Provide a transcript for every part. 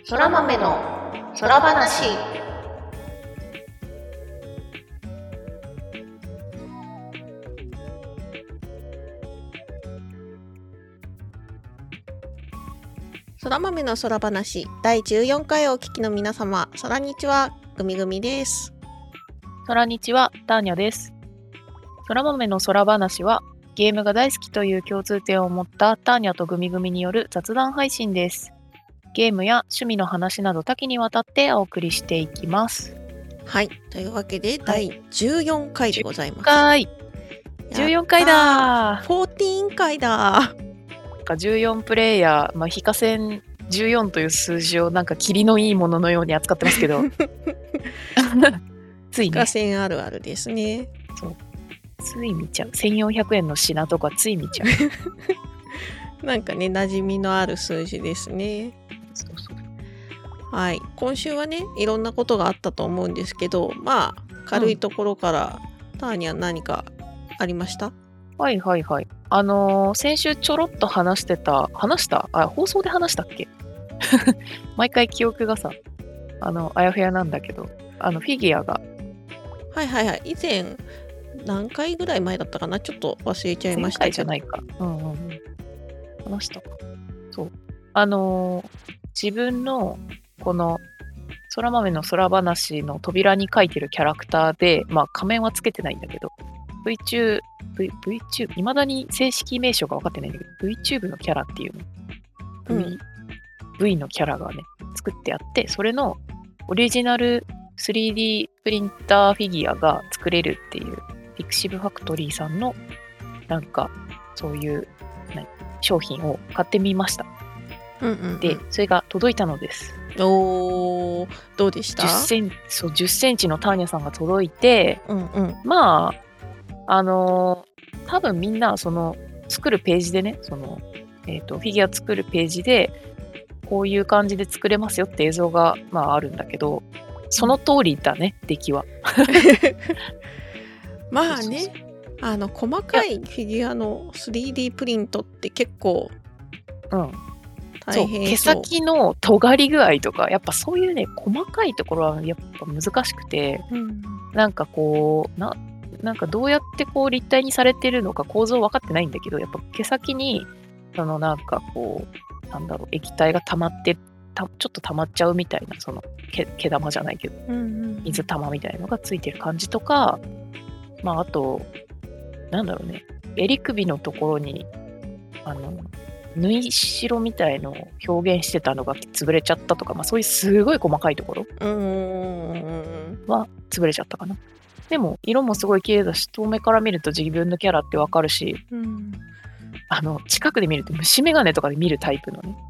そら豆の空話。そら豆の空話第14回をお聞きの皆様、そらにちは、ぐみぐみです。 そらにちは、ターニャです。そら豆の空話は、ゲームが大好きという共通点を持ったターニャとグミグミによる雑談配信です。ゲームや趣味の話など多岐にわたってお送りしていきます。 はい、というわけで第14回でございます。 14回だ。 14回だ。 14プレイヤー、非下線14という数字をなんかキリのいいもののように扱ってますけどついね、 非下線あるあるですね。 そうつい見ちゃう。1400円の品とかつい見ちゃうなんかね、馴染みのある数字ですね。 そうはい、今週はね、いろんなことがあったと思うんですけど、まあ軽いところから、ターニャ何かありました？ はい。先週ちょろっと話した放送で話したっけ毎回記憶がさ、あやふやなんだけど、フィギュアが。 以前、何回ぐらい前だったかな、ちょっと忘れちゃいましたけど。 前回じゃないか。話したか。そう。自分の、この、空豆の空話の扉に書いてるキャラクターで、仮面はつけてないんだけど、VTube、いまだに正式名称が分かってないんだけど、VTube のキャラっていうの、V のキャラがね、作ってあって、それのオリジナル 3D プリンターフィギュアが作れるっていう、ピクシブファクトリーさんの、なんか、そういう商品を買ってみました。で、それが届いたのです。 どうでした ？10センチのターニャさんが届いて、多分みんなその作るページでね、そのフィギュア作るページでこういう感じで作れますよって映像があるんだけど、その通りだね、出来は。 まあね、細かいフィギュアの 3D プリントって結構大変そう。 毛先の尖り具合とか、やっぱそういうね、細かいところはやっぱ難しくて、なんかこうなんかどうやってこう立体にされてるのか構造分かってないんだけど、やっぱ毛先にそのなんかこう液体が溜まってちょっと溜まっちゃうみたいな、その毛玉じゃないけど、水玉みたいなのがついてる感じとか、あとなんだろうね、襟首のところに縫い代みたいのを表現してたのが潰れちゃったとか、そういうすごい細かいところは潰れちゃったかな。でも色もすごい綺麗だし、遠目から見ると自分のキャラってわかるし、近くで見ると虫眼鏡とかで見るタイプのね。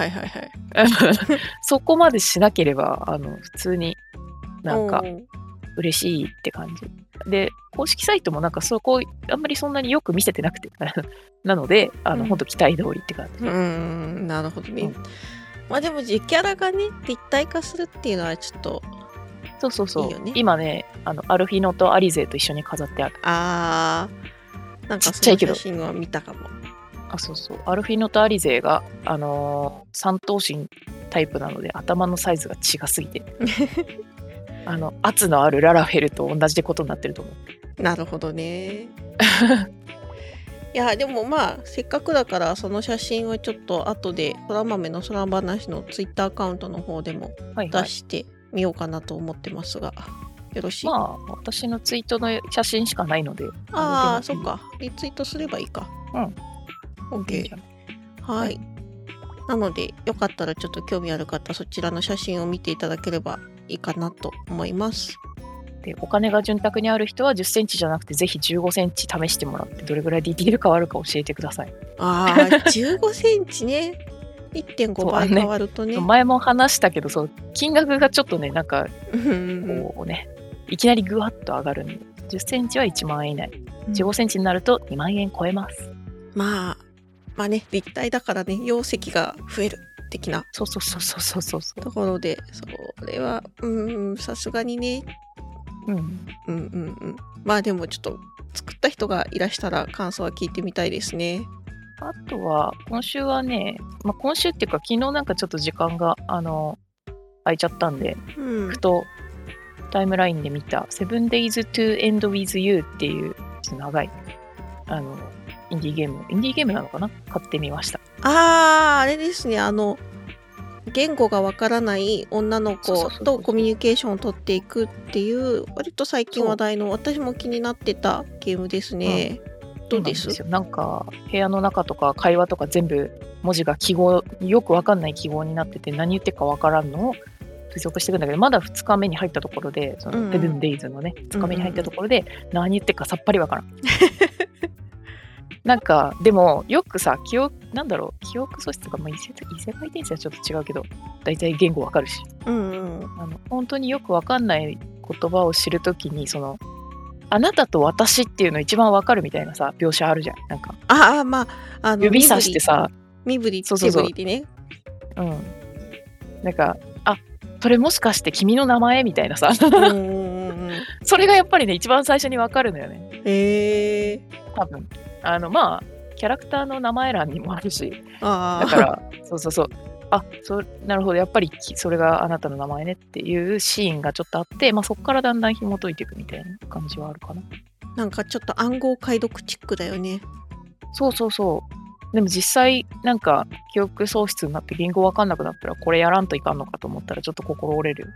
そこまでしなければ普通になんか嬉しいって感じで、公式サイトもなんかそこあんまりそんなによく見せてなくてなのでほんと期待通りって感じ。 なるほどね。でも自キャラがね立体化するっていうのはちょっとそういいよね。 今ねアルフィノとアリゼと一緒に飾ってある。 なんかその写真は見たかも。 アルフィノとアリゼが三頭身タイプなので頭のサイズが違すぎて圧のあるララフェルと同じことになってると思う。 なるほどね。いやでもせっかくだからその写真はちょっと後で空豆の空話のツイッターアカウントの方でも出してみようかなと思ってますが、よろしい？ 私のツイートの写真しかないので。 そっか、リツイートすればいいか。OK。はい。なのでよかったらちょっと興味ある方、そちらの写真を見ていただければいいかなと思います。 で、お金が潤沢にある人は10センチじゃなくてぜひ15センチ試してもらって、どれぐらいディティール変わるか教えてください。 15センチね。1.5 倍変わるとね。 前も話したけど、金額がちょっとね、なんかこうね、いきなりぐわっと上がるんで、10センチは1万円以内、15センチになると2万円超えます。 ね、立体だからね、容積が増える的なそうところで、それはさすがにね。でもちょっと作った人がいらしたら感想は聞いてみたいですね。 あとは今週はね、今週っていうか昨日なんかちょっと時間が空いちゃったんで、ふとタイムラインで見た 7 Days to End with You っていう長いインディーゲームなのかな、買ってみました。 あれですね、言語がわからない女の子とコミュニケーションを取っていくっていう割と最近話題の、私も気になってたゲームですね。どうです？ なんか部屋の中とか会話とか全部文字が記号、よくわかんない記号になってて、何言ってるかわからんのを推測していくんだけど、まだ2日目に入ったところで、その7 days のね2日目に入ったところで、何言ってるかさっぱりわからん。なんかでもよくさ、記憶喪失とか、異世界転生はちょっと違うけど、大体言語わかるし、本当によくわかんない言葉を知るときに、あなたと私っていうの一番わかるみたいなさ描写あるじゃん。なんか指さしてさ、 身振り手振りでね、 なんかそれもしかして君の名前みたいなさ、それがやっぱりね一番最初にわかるのよね。多分キャラクターの名前欄にもあるし、だからなるほど、やっぱりそれがあなたの名前ねっていうシーンがちょっとあって、そこからだんだん紐解いていくみたいな感じはあるかな。 なんかちょっと暗号解読チックだよね。 そうでも実際なんか記憶喪失になって言語わかんなくなったら、これやらんといかんのかと思ったらちょっと心折れるよ。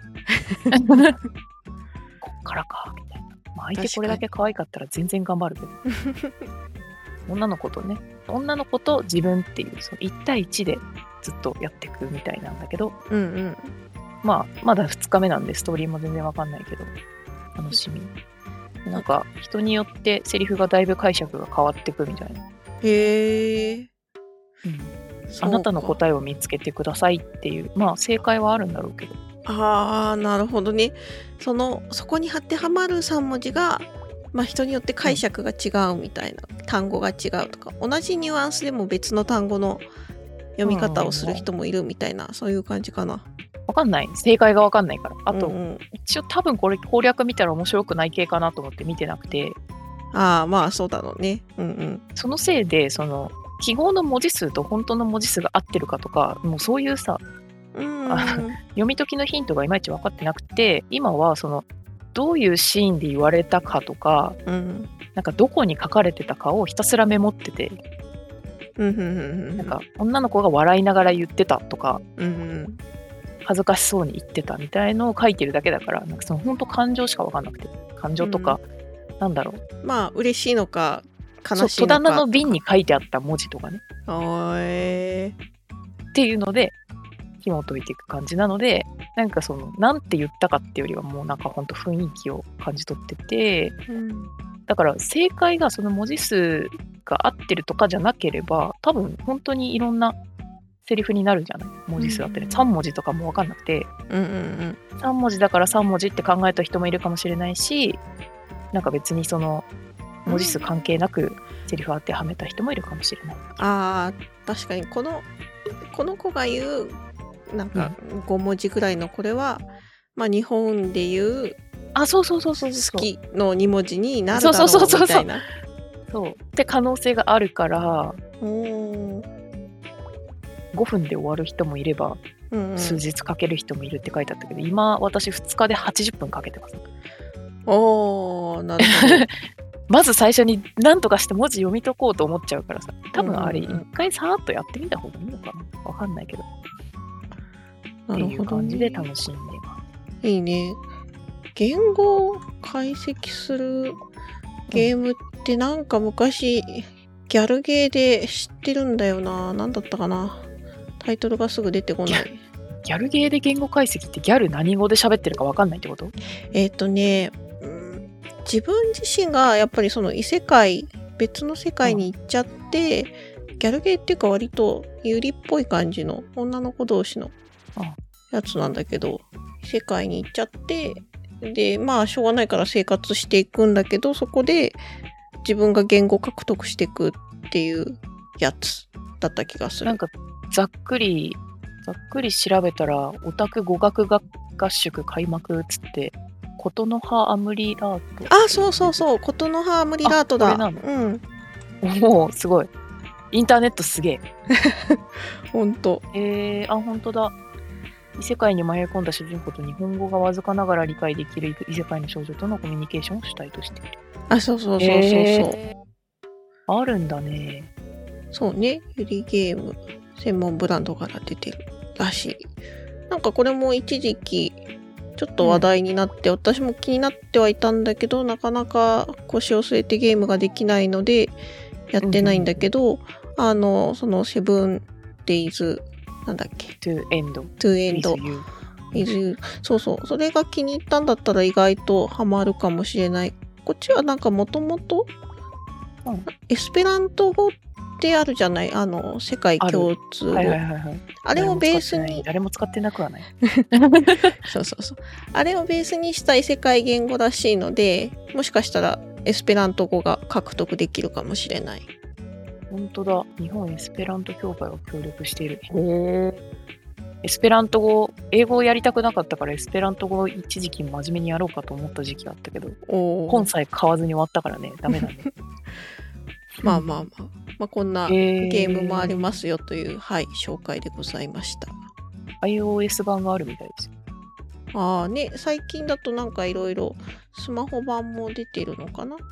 こっからかみたいな。相手これだけ可愛かったら全然頑張るけど。女の子と自分っていうその1対1でずっとやっていくみたいなんだけど、まだ2日目なんでストーリーも全然わかんないけど楽しみ。なんか人によってセリフがだいぶ解釈が変わってくみたいな。 へえ。 あなたの答えを見つけてくださいっていう、正解はあるんだろうけど。 なるほどね。そこに当てはまる3文字が人によって解釈が違うみたいな、単語が違うとか、同じニュアンスでも別の単語の読み方をする人もいるみたいな、そういう感じかな。 わかんない、正解がわかんないから。あと、一応多分これ攻略見たら面白くない系かなと思って見てなくて、 そうだろうね。 そのせいで記号の文字数と本当の文字数が合ってるかとか、もうそういうさ、読み解きのヒントがいまいち分かってなくて、今はどういうシーンで言われたかとか、なんかどこに書かれてたかをひたすらメモってて、なんか女の子が笑いながら言ってたとか、恥ずかしそうに言ってたみたいのを書いてるだけだから、なんか本当感情しか分かんなくて、感情とか、なんだろう、 嬉しいのか悲しいのか、 戸棚の瓶に書いてあった文字とかね、っていうので紐解いていく感じなので、なんかなんて言ったかっていうよりはもうなんかほんと雰囲気を感じ取ってて、だから正解がその文字数が合ってるとかじゃなければ、多分本当にいろんなセリフになるじゃない、文字数あってね、3文字とかも分かんなくて、3文字だから3文字って考えた人もいるかもしれないし、なんか別に文字数関係なくセリフ当てはめた人もいるかもしれない。 確かにこの子が言うなんか5文字ぐらいのこれは、日本でいう好きの2文字になるだろうみたいな。 そうって可能性があるから、5分で終わる人もいれば、数日かける人もいるって書いてあったけど、今私2日で80分かけてます。 なるほど。 まず最初に何とかして文字読み解こうと思っちゃうからさ、多分あれ一回さーっとやってみた方がいいのかな、わかんないけど。っていう感じで楽しんでます。 いいね。言語を解析するゲームってなんか昔ギャルゲーで知ってるんだよな。何だったかな。タイトルがすぐ出てこない。 ギャルゲーで言語解析ってギャル何語で喋ってるか分かんないってこと？ 自分自身がやっぱり異世界、別の世界に行っちゃって、ギャルゲーっていうか割とユリっぽい感じの女の子同士のやつなんだけど、世界に行っちゃって、でしょうがないから生活していくんだけど、そこで自分が言語獲得していくっていうやつだった気がする。 なんかざっくり調べたら、オタク語学合宿開幕っつって、琴の葉アムリラート。 そう琴の葉アムリラートだ。 これなの？おお、すごい。インターネットすげえ。 ほんと。 ほんとだ。 異世界に迷い込んだ主人公と日本語がわずかながら理解できる異世界の少女とのコミュニケーションを主体としている。 あ、そうそうそうそうそう。 あるんだね。 そうね。ユリゲーム専門ブランドから出てるらしい。なんかこれも一時期ちょっと話題になって、私も気になってはいたんだけど、なかなか腰を据えてゲームができないのでやってないんだけど、そのセブンデイズなんだっけ、 トゥエンド with you そうそう、それが気に入ったんだったら意外とハマるかもしれない。こっちはなんかもともとエスペラント語ってあるじゃない、世界共通語、あれをベースに誰も使ってなくはないそうそうそう、あれをベースにした異世界言語らしいので、もしかしたらエスペラント語が獲得できるかもしれない。 本当だ、日本エスペラント協会が協力している。エスペラント語、英語をやりたくなかったからエスペラント語を一時期真面目にやろうかと思った時期があったけど、本さえ買わずに終わったからね、ダメだね。 まあこんなゲームもありますよという、はい、紹介でございました。 iOS 版があるみたいですよ。 ああね、最近だとなんかいろいろスマホ版も出てるのかな。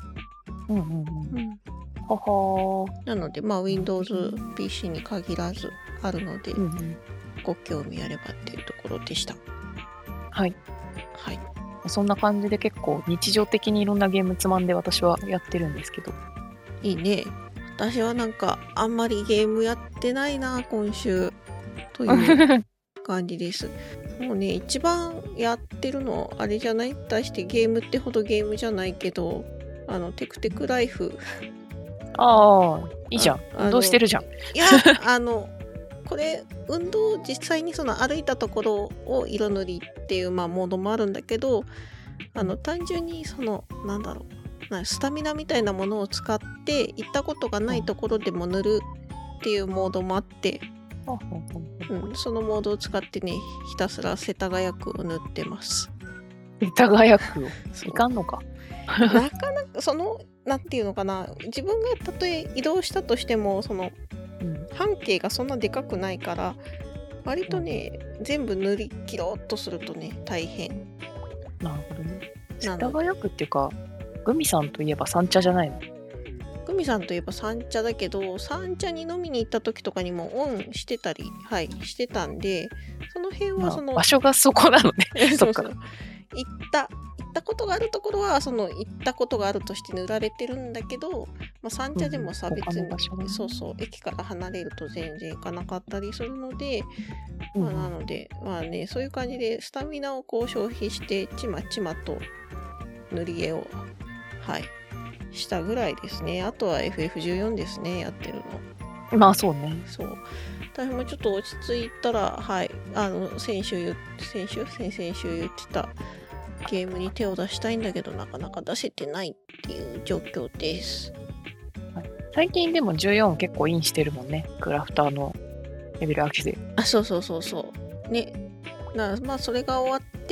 ははなので、まあ Windows PC に限らずあるので、ご興味あればっていうところでした。 はい。 はい。 そんな感じで結構日常的にいろんなゲームつまんで私はやってるんですけど。 いいね。私はなんかあんまりゲームやってないな今週という感じです。もうね、一番やってるのあれじゃない？対してゲームってほどゲームじゃないけど、テクテクライフ。 ああ、いいじゃん。運動してるじゃん。いや、これ運動実際にその歩いたところを色塗りっていうモードもあるんだけど、単純にそのなんだろう、スタミナみたいなものを使って行ったことがないところでも塗るっていうモードもあって、そのモードを使ってね、ひたすら世田谷区を塗ってます。 世田谷区をいかんのか。 なかなかそのなんていうのかな、自分がたとえ移動したとしてもその、半径がそんなでかくないから割とね、全部塗り切ろうとするとね大変。 なるほどね。世田谷区っていうか、グミさんといえば三茶じゃないの？ グミさんといえば三茶だけど、三茶に飲みに行った時とかにもオンしてたり、してたんで、その辺はその、 場所がそこなのね。 そうそう。行ったことがあるところはその行ったことがあるとして塗られてるんだけど、三茶でもさ、別にそうそう駅から離れると全然行かなかったりするので、なのでね、そういう感じでスタミナをこう消費してちまちまと塗り絵をしたぐらいですね。あとは FF14 ですね、やってるの。まあそうね。 そう。私もちょっと落ち着いたら、先々週言ってたゲームに手を出したいんだけど、なかなか出せてないっていう状況です。 最近でも14結構インしてるもんね。クラフターのレベル上げで。 そうね。それが終わって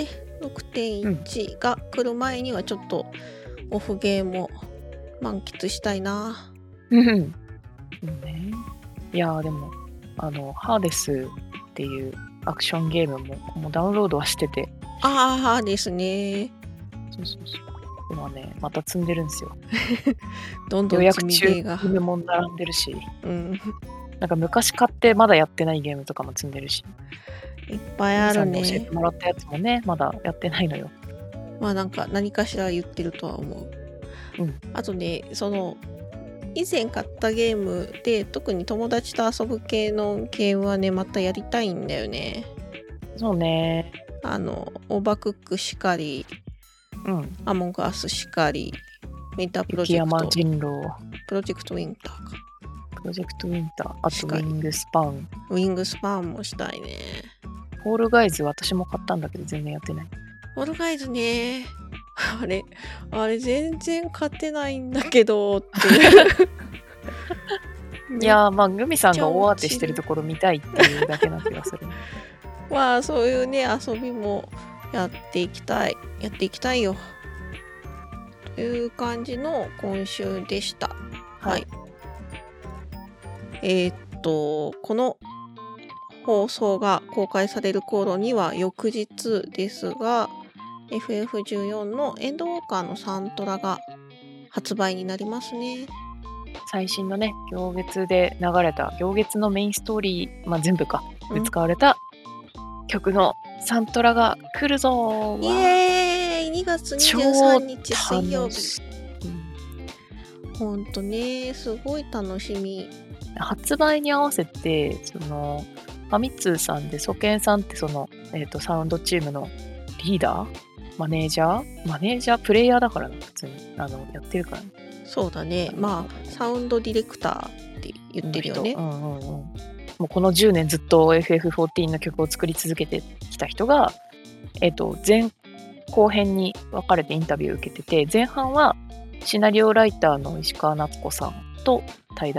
6.1 が来る前にはちょっとオフゲームを満喫したいな。 いやでもハーデスっていうアクションゲームもうダウンロードはしてて。 ハーデスね。 そう。今ね、また積んでるんですよ。 どんどん積みゲーが。 ゲームも並んでるし。なんか昔買ってまだやってないゲームとかも積んでるし。 いっぱいあるね。 教えてもらったやつもね、まだやってないのよ。 なんか何かしら言ってるとは思う。あとね、その以前買ったゲームで特に友達と遊ぶ系のゲームはね、またやりたいんだよね。 そうね。 オーバークックしかり、アモングアスしかり、ウィンタープロジェクト。 雪山人狼。 プロジェクトウィンターか。 プロジェクトウィンター。あとウィングスパン。 ウィングスパンもしたいね。 フォールガイズ私も買ったんだけど全然やってない。 フォールガイズね。あれ全然勝てないんだけどっていういやグミさんが大当てしてるところ見たいっていうだけな気がする。 そういうね遊びもやっていきたいよという感じの今週でした。この放送が公開される頃には翌日ですが、FF14 のエンドウォーカーのサントラが発売になりますね。 最新のね、行月で流れた、行月のメインストーリー、全部か、で使われた曲のサントラが来るぞー。イエーイ！ 2 月23日水曜日。ほんとね、すごい楽しみ。 発売に合わせて、ファミ通さんで、ソケンさんってサウンドチームのリーダーマネージャープレイヤーだからね、普通にやってるからね。 そうだね。サウンドディレクターって言ってるよね。 もうこの10年ずっと FF14 の曲を作り続けてきた人が、前後編に分かれてインタビューを受けてて、前半はシナリオライターの石川夏子さんとイン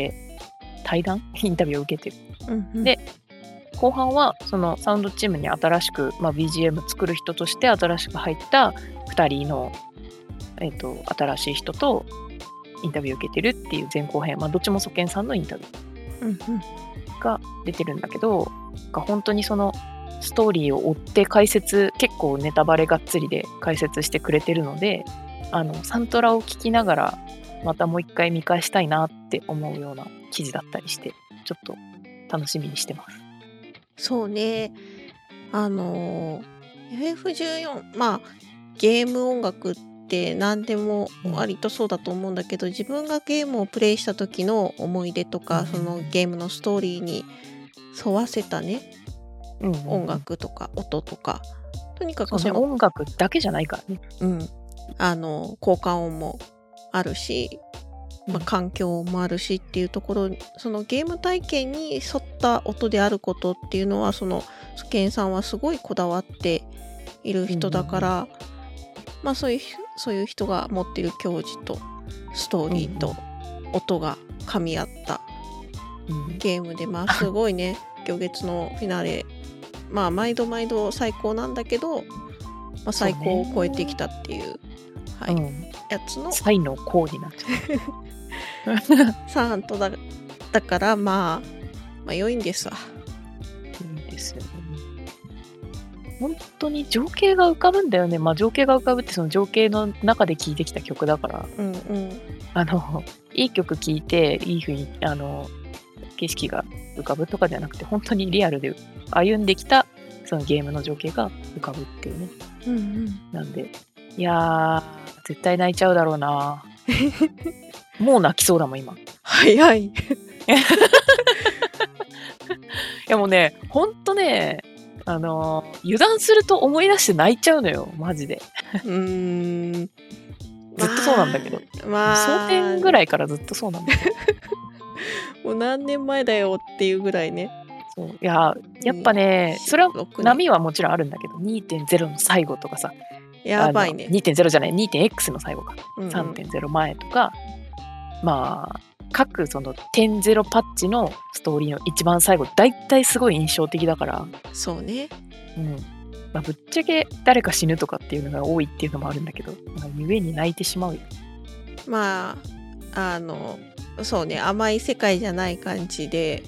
タビューを受けてる。で、後半はそのサウンドチームに新しく、BGM 作る人として新しく入った2人の、新しい人とインタビューを受けてるっていう前後編、どっちもソケンさんのインタビューが出てるんだけど、本当にそのストーリーを追って結構ネタバレがっつりで解説してくれてるので、サントラを聴きながらまたもう一回見返したいなって思うような記事だったりして、ちょっと楽しみにしてます。 そうね。FF14、ゲーム音楽って何でも割とそうだと思うんだけど、自分がゲームをプレイした時の思い出とか、そのゲームのストーリーに沿わせたね、音楽とか音とか、とにかく音楽だけじゃないからね。 効果音もあるし、環境もあるしっていうところ、そのゲーム体験に沿った音であることっていうのは、そのソケンさんはすごいこだわっている人だから、そういう人が持ってる矜持とストーリーと音が噛み合ったゲームで、すごいね、行月のフィナーレ、毎度毎度最高なんだけど、最高を超えてきたっていう、やつの才の高になっちゃうサントだから良いんですわ。 いいですよね。本当に情景が浮かぶんだよね。情景が浮かぶってその情景の中で聴いてきた曲だから、いい曲聴いていい風に景色が浮かぶとかじゃなくて、本当にリアルで歩んできたそのゲームの情景が浮かぶっていうね。なんで、いやー、絶対泣いちゃうだろうな。もう泣きそうだもん今。 早い。いやもうね、ほんとね、油断すると思い出して泣いちゃうのよ、マジで。ずっとそうなんだけど。蒼天ぐらいからずっとそうなんだけど。 もう何年前だよっていうぐらいね。 そう、いやっぱね、それは波はもちろんあるんだけど、2.0 の最後とかさ、 やばいね。 2.0 じゃない、2.x の最後か、3.0 前とか、各その 10.0 パッチのストーリーの一番最後、だいたいすごい印象的だから。 そうね。 ぶっちゃけ誰か死ぬとかっていうのが多いっていうのもあるんだけど、故に泣いてしまうよ。 そうね、甘い世界じゃない感じで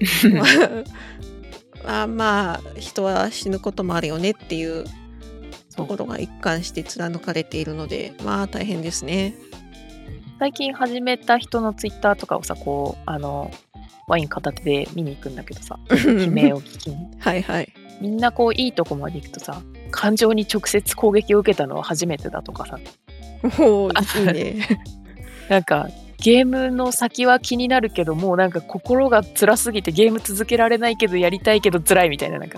人は死ぬこともあるよねっていうところが一貫して貫かれているので、大変ですね。 最近始めた人のツイッターとかをさ、こうワイン片手で見に行くんだけどさ、悲鳴を聞きにみんなこういいとこまで行くとさ、感情に直接攻撃を受けたのは初めてだとかさ、 いいね。 なんかゲームの先は気になるけど、もうなんか心が辛すぎてゲーム続けられないけどやりたいけど辛いみたいな、なんか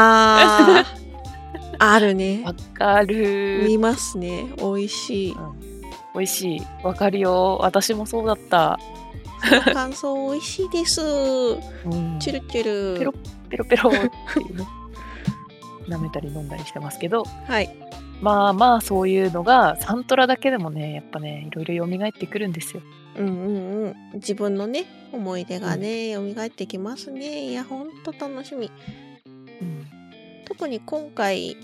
あるね。 わかる。 見ますね。美味しい。 美味しい。わかるよ。私もそうだった。 感想美味しいです。チュルチュル。 ペロペロペロっていうね。舐めたり飲んだりしてますけど。そういうのがサントラだけでもね、やっぱね、いろいろ蘇ってくるんですよ。 自分のね、思い出がね、蘇ってきますね。いや、ほんと楽しみ。特に今回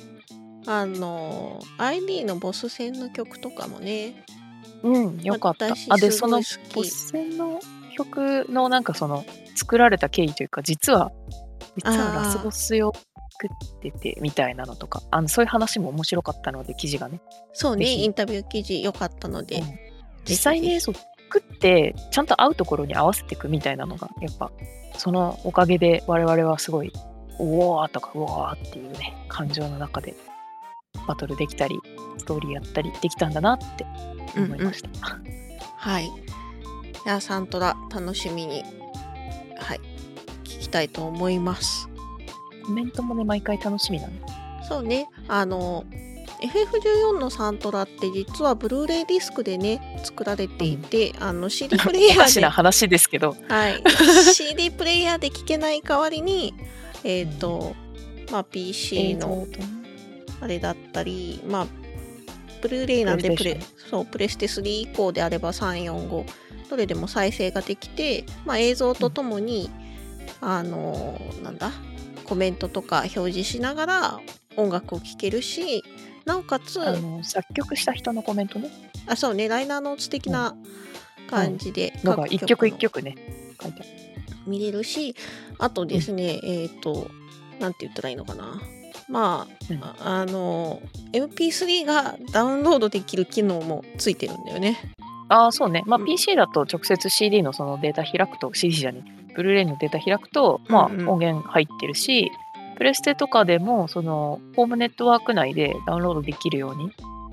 ID のボス戦の曲とかもね、 よかった。でそのボス戦の曲のなんかその作られた経緯というか、実は実はラスボスを作っててみたいなのとか、そういう話も面白かったので、記事がね。 そうね、インタビュー記事良かったので、 実際ね、作ってちゃんと会うところに合わせていくみたいなのが、やっぱそのおかげで我々はすごい、おーとかうわーっていうね、感情の中でバトルできたり、ストーリーやったりできたんだなって思いました。 はい。いや、サントラ楽しみに、はい、聞きたいと思います。 コメントもね、毎回楽しみなの。 そうね、FF14 のサントラって実はブルーレイディスクでね作られていて、CD プレイヤーでおかしな話ですけど、 はい、CD プレイヤーで聴けない代わりにPC のあれだったり、ブルーレイなんでプレステ3以降であれば345どれでも再生ができて、映像とともに、コメントとか表示しながら音楽を聴けるし、なおかつ作曲した人のコメントね。 そうね、ライナーノーツ的な感じで、 なんか一曲一曲ね書いて見れるし、あとですね、なんて言ったらいいのかな、MP3 がダウンロードできる機能もついてるんだよね。 そうね。PC だと直接 CD のそのデータ開くと、CD じゃねえ、ブルーレイのデータ開くと、音源入ってるし、プレステとかでもそのホームネットワーク内でダウンロードできるように、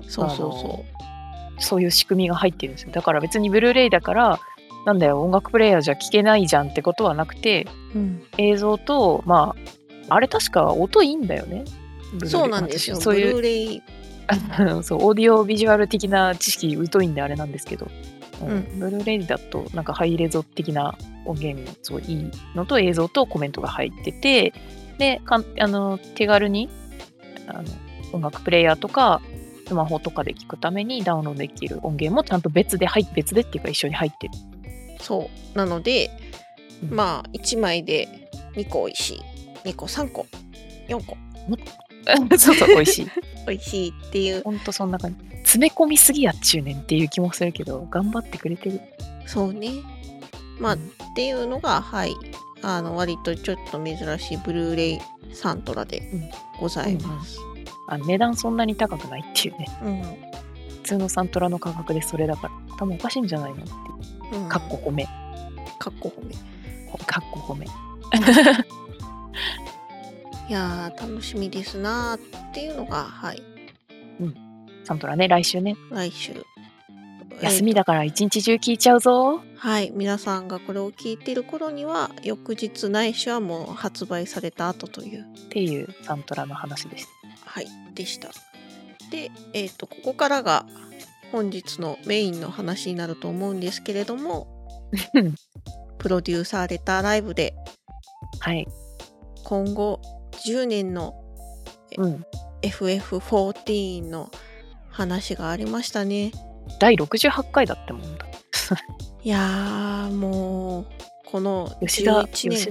そういう仕組みが入ってるんですよ。だから別にブルーレイだからなんだよ音楽プレイヤーじゃ聴けないじゃんってことはなくて、映像とあれ確か音いいんだよね。 そうなんですよ。ブルーレイそうオーディオビジュアル的な知識疎いんであれなんですけど、ブルーレイだとなんかハイレゾ的な音源もすごいいいのと映像とコメントが入ってて、で手軽に音楽プレイヤーとかスマホとかで聞くためにダウンロードできる音源もちゃんと別でっていうか一緒に入ってる。 そうなので、1枚で2個おいしい、2個3個4個そう美味しい美味しいっていう、 ほんとそんな感じ。詰め込みすぎやっちゅうねんっていう気もするけど頑張ってくれてる。 そうね、っていうのが割とちょっと珍しいブルーレイサントラでございます。 値段そんなに高くないっていうね、普通のサントラの価格でそれだから多分おかしいんじゃないのっていう、かっこ褒めいやー楽しみですなーっていうのがサントラね、来週休みだから一日中聞いちゃうぞ。 皆さんがこれを聞いている頃には翌日ないしはもう発売された後というっていうサントラの話です。 でした。で、ここからが本日のメインの話になると思うんですけれどもプロデューサーレターライブで、今後10年の、FF14 の話がありましたね。 第68回だってもんだいやーもうこの吉田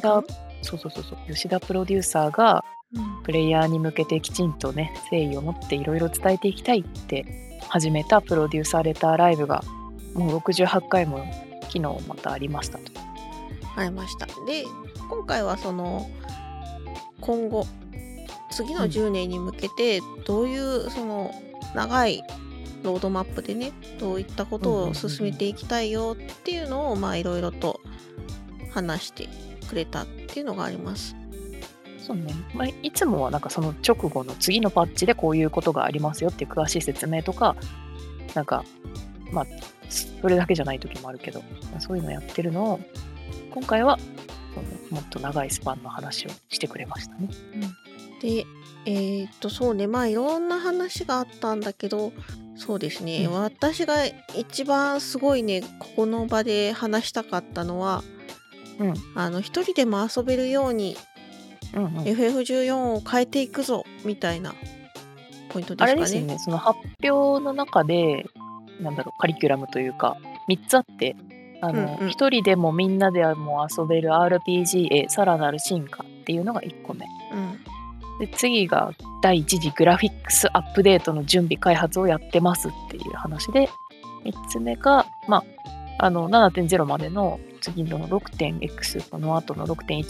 プロデューサーがプレイヤーに向けてきちんとね誠意を持っていろいろ伝えていきたいって始めたプロデューサーレターライブがもう68回も昨日またありましたと。 ありました。で今回はその今後次の10年に向けてどういうその長いロードマップでねどういったことを進めていきたいよっていうのをいろいろと話してくれたっていうのがあります。 そうね、いつもはなんかその直後の次のパッチでこういうことがありますよっていう詳しい説明とかなんかそれだけじゃない時もあるけどそういうのやってるのを今回はもっと長いスパンの話をしてくれましたね。 でそうねいろんな話があったんだけどそうですね、私が一番すごいねここの場で話したかったのは、一人でも遊べるように、FF14 を変えていくぞみたいなポイントですかね。 あれですね、その発表の中でカリキュラムというか3つあって一人でもみんなでも遊べる RPG へさらなる進化っていうのが1個目、で次が第1次グラフィックスアップデートの準備開発をやってますっていう話で3つ目が7.0 までの次の 6.x、この後の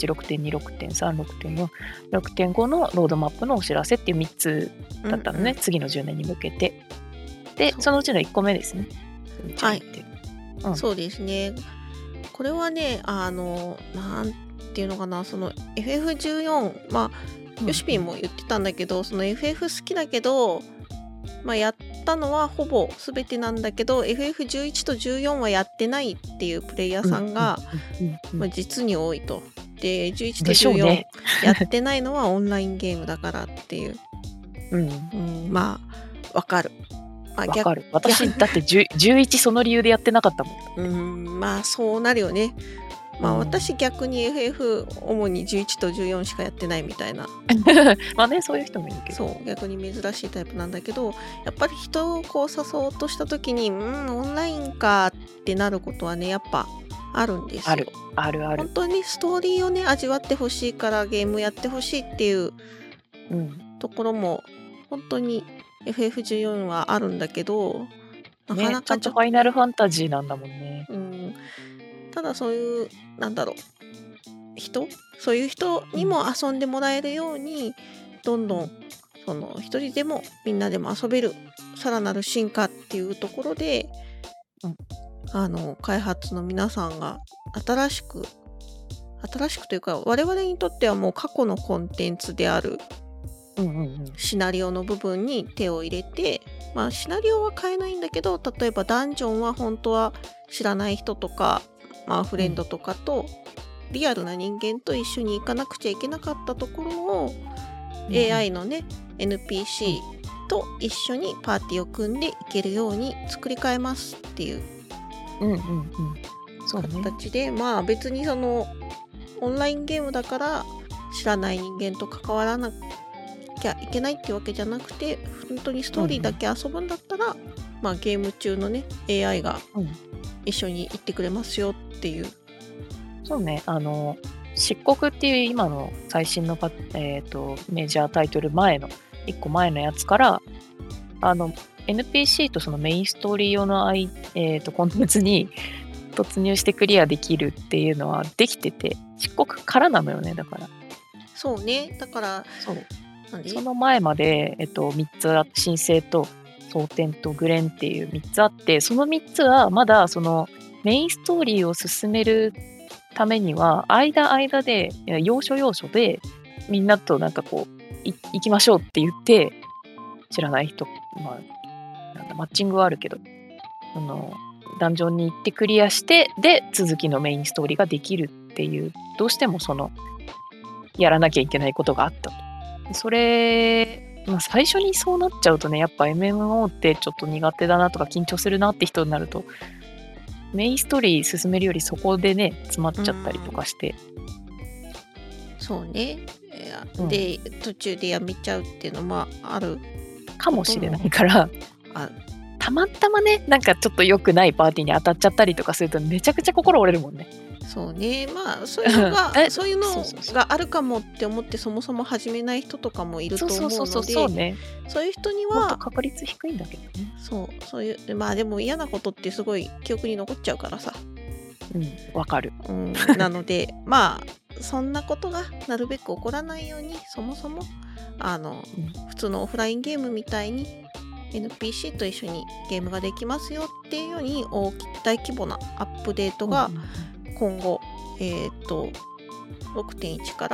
6.1、6.2、6.3、6.4、6.5 のロードマップのお知らせっていう3つだったのね、次の10年に向けて。で、そのうちの1個目ですね。 はい、そうですね。これはね、なんていうのかな、その FF14、まあ、ヨシピンも言ってたんだけど、その FF 好きだけど、まあ、やったのはほぼ全てなんだけど FF11 と14はやってないっていうプレイヤーさんが実に多いと。で11と14、ね、やってないのはオンラインゲームだからっていう、まあわかる。 わかる。私だって11その理由でやってなかったもん。まあそうなるよね。まあ私逆に FF 主に11と14しかやってないみたいなまあね、そういう人もいるけど、 そう逆に珍しいタイプなんだけど、やっぱり人をこう誘おうとした時にオンラインかってなることはねやっぱあるんですよ。 ある本当にストーリーをね味わってほしいからゲームやってほしいっていうところも本当に FF14 はあるんだけど、 なかなかちゃんとファイナルファンタジーなんだもんね。 ただそういうなんだろうそういう人にも遊んでもらえるように、どんどんその一人でもみんなでも遊べるさらなる進化っていうところで、開発の皆さんが新しくというか我々にとってはもう過去のコンテンツであるシナリオの部分に手を入れて、まあシナリオは変えないんだけど、例えばダンジョンは本当は知らない人とか、まあフレンドとかとリアルな人間と一緒に行かなくちゃいけなかったところを、AI のね NPC と一緒にパーティーを組んでいけるように作り変えますっていう形で、まあ別にそのオンラインゲームだから知らない人間と関わらなきゃいけないってわけじゃなくて、本当にストーリーだけ遊ぶんだったら、まあゲーム中のね AI が一緒に行ってくれますよっていう。 そうね、漆黒っていう今の最新のメジャータイトル前の1個前のやつからNPC とそのメインストーリー用のコンテンツに突入してクリアできるっていうのはできてて、漆黒からなのよね。だからそうね、だからその前まで、3つあって、神聖と蒼天とグレンっていう3つあって、その3つはまだそのメインストーリーを進めるためには間で要所要所でみんなとなんかこう行きましょうって言って、知らない人、マッチングはあるけどダンジョンに行ってクリアしてで続きのメインストーリーができるっていう、どうしてもそのやらなきゃいけないことがあったと。それ、最初にそうなっちゃうとね、やっぱ MMO ってちょっと苦手だなとか緊張するなって人になると、メインストーリー進めるよりそこでね詰まっちゃったりとかして、 そうね、で途中でやめちゃうっていうのもあるかもしれないから、たまたまねなんかちょっと良くないパーティーに当たっちゃったりとかするとめちゃくちゃ心折れるもんね。 そうね、まあそういうのがそういうのがあるかもって思ってそもそも始めない人とかもいると思うので、そういう人にはもっと確率低いんだけどね。 そういうまあでも嫌なことってすごい記憶に残っちゃうからさ。 わかる。 なのでまあそんなことがなるべく起こらないように、そもそも普通のオフラインゲームみたいに NPC と一緒にゲームができますよっていうように大規模なアップデートが今後、6.1 から